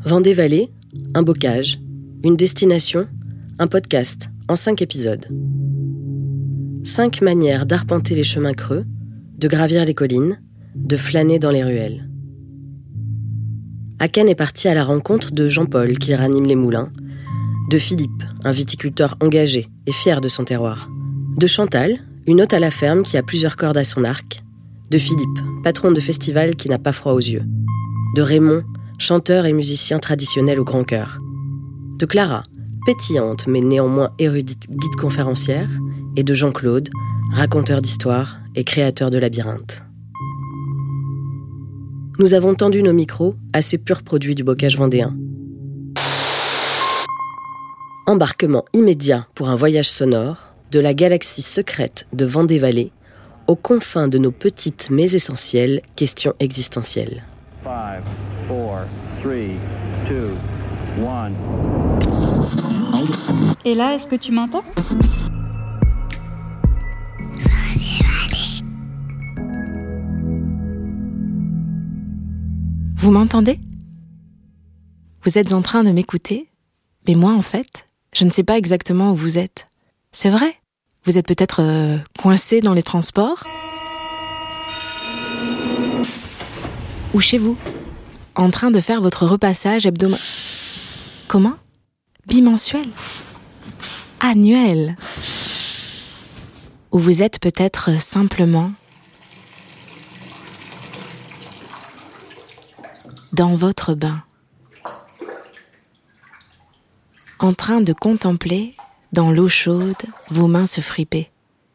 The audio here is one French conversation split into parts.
Vendée-Vallée, un bocage, une destination, un podcast en 5 épisodes. 5 manières d'arpenter les chemins creux, de gravir les collines, de flâner dans les ruelles. Aken est parti à la rencontre de Jean-Paul qui ranime les moulins, de Philippe, un viticulteur engagé et fier de son terroir, de Chantal, une hôte à la ferme qui a plusieurs cordes à son arc, de Philippe, patron de festival qui n'a pas froid aux yeux, de Raymond, chanteur et musicien traditionnel au grand cœur, de Clara, pétillante mais néanmoins érudite guide conférencière, et de Jean-Claude, raconteur d'histoires et créateur de labyrinthes. Nous avons tendu nos micros à ces purs produits du bocage vendéen. Embarquement immédiat pour un voyage sonore de la galaxie secrète de Vendée-Vallée aux confins de nos petites mais essentielles questions existentielles. 5, 4, 3, 2, 1. Et là, est-ce que tu m'entends ? Vous m'entendez ? Vous êtes en train de m'écouter ? Mais moi, en fait, je ne sais pas exactement où vous êtes. C'est vrai ? Vous êtes peut-être coincé dans les transports ? Ou chez vous, en train de faire votre repassage hebdomadaire. Comment ? Bimensuel ? Annuel ? Ou vous êtes peut-être simplement dans votre bain, en train de contempler, dans l'eau chaude, vos mains se friper.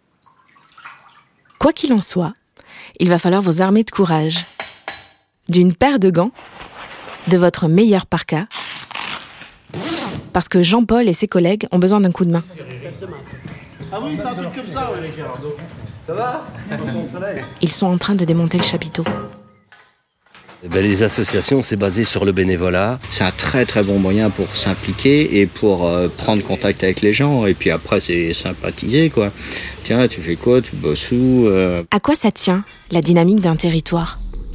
Quoi qu'il en soit, il va falloir vous armer de courage, d'une paire de gants, de votre meilleur parka, parce que Jean-Paul et ses collègues ont besoin d'un coup de main. Ah oui, c'est un truc comme ça, ouais. Ça va ? Ils sont en train de démonter le chapiteau. Les associations, c'est basé sur le bénévolat. C'est un très très bon moyen pour s'impliquer et pour prendre contact avec les gens. Et puis après, c'est sympathiser, quoi. Tiens, tu fais quoi ? Tu bosses où ? À quoi ça tient, la dynamique d'un territoire ?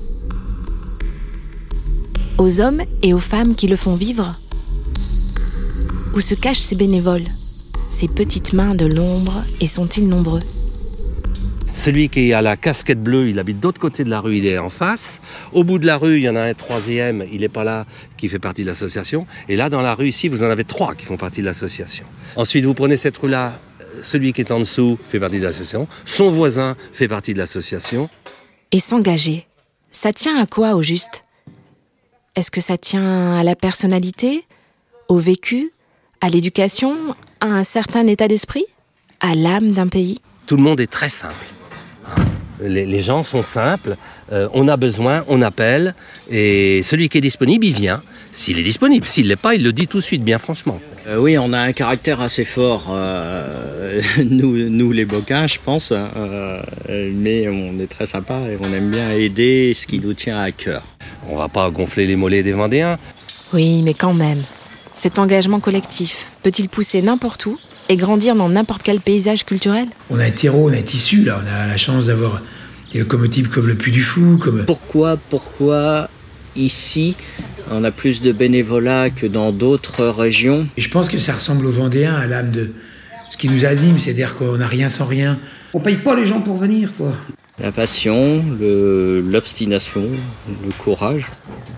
Aux hommes et aux femmes qui le font vivre ? Où se cachent ces bénévoles ? Ces petites mains de l'ombre, et sont-ils nombreux ? Celui qui a la casquette bleue, il habite de l'autre côté de la rue, il est en face. Au bout de la rue, il y en a un troisième, il n'est pas là, qui fait partie de l'association. Et là, dans la rue ici, vous en avez 3 qui font partie de l'association. Ensuite, vous prenez cette rue-là, celui qui est en dessous fait partie de l'association. Son voisin fait partie de l'association. Et s'engager, ça tient à quoi au juste ? Est-ce que ça tient à la personnalité, au vécu, à l'éducation, à un certain état d'esprit, à l'âme d'un pays ? Tout le monde est très simple. Les gens sont simples, on a besoin, on appelle, et celui qui est disponible, il vient. S'il est disponible, s'il ne l'est pas, il le dit tout de suite, bien franchement. Oui, on a un caractère assez fort, nous les bocains, je pense, mais on est très sympa et on aime bien aider ce qui nous tient à cœur. On ne va pas gonfler les mollets des Vendéens. Oui, mais quand même. Cet engagement collectif peut-il pousser n'importe où et grandir dans n'importe quel paysage culturel ? On a un terreau, on a un tissu, là. On a la chance d'avoir des locomotives comme le Puy du Fou, comme... Pourquoi ici, on a plus de bénévolat que dans d'autres régions ? Et je pense que ça ressemble aux Vendéens, à l'âme de ce qui nous anime, c'est-à-dire qu'on n'a rien sans rien. On paye pas les gens pour venir, quoi. La passion, l'obstination, le courage.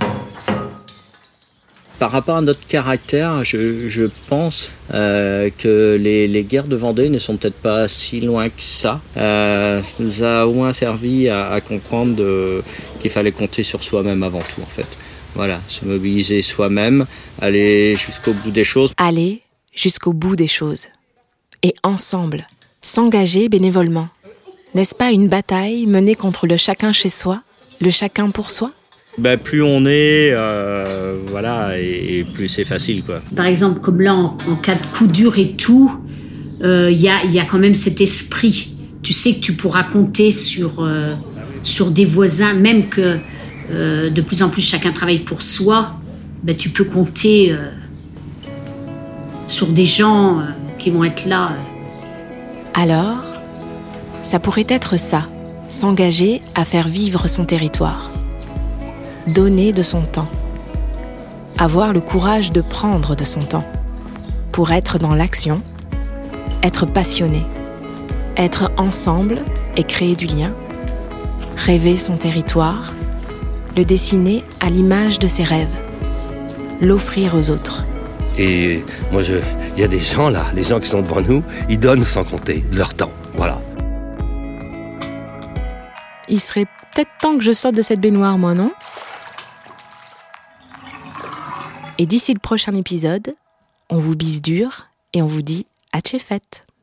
Par rapport à notre caractère, je pense que les guerres de Vendée ne sont peut-être pas si loin que ça. Ça nous a au moins servi à comprendre qu'il fallait compter sur soi-même avant tout, en fait. Voilà, se mobiliser soi-même, aller jusqu'au bout des choses. Aller jusqu'au bout des choses. Et ensemble, s'engager bénévolement. N'est-ce pas une bataille menée contre le chacun chez soi, le chacun pour soi ? Plus on est, et plus c'est facile, quoi. Par exemple, comme là, en cas de coup dur et tout, y a quand même cet esprit. Tu sais que tu pourras compter sur des voisins, même que de plus en plus chacun travaille pour soi. Tu peux compter sur des gens qui vont être là. Alors, ça pourrait être ça, s'engager à faire vivre son territoire. Donner de son temps. avoir le courage de prendre de son temps, pour être dans l'action, être passionné, être ensemble et créer du lien, rêver son territoire, le dessiner à l'image de ses rêves, l'offrir aux autres. Et moi, il y a des gens là, les gens qui sont devant nous, ils donnent sans compter leur temps, voilà. Il serait peut-être temps que je sorte de cette baignoire, moi, non ? Et d'ici le prochain épisode, on vous bise dur et on vous dit à tchefette.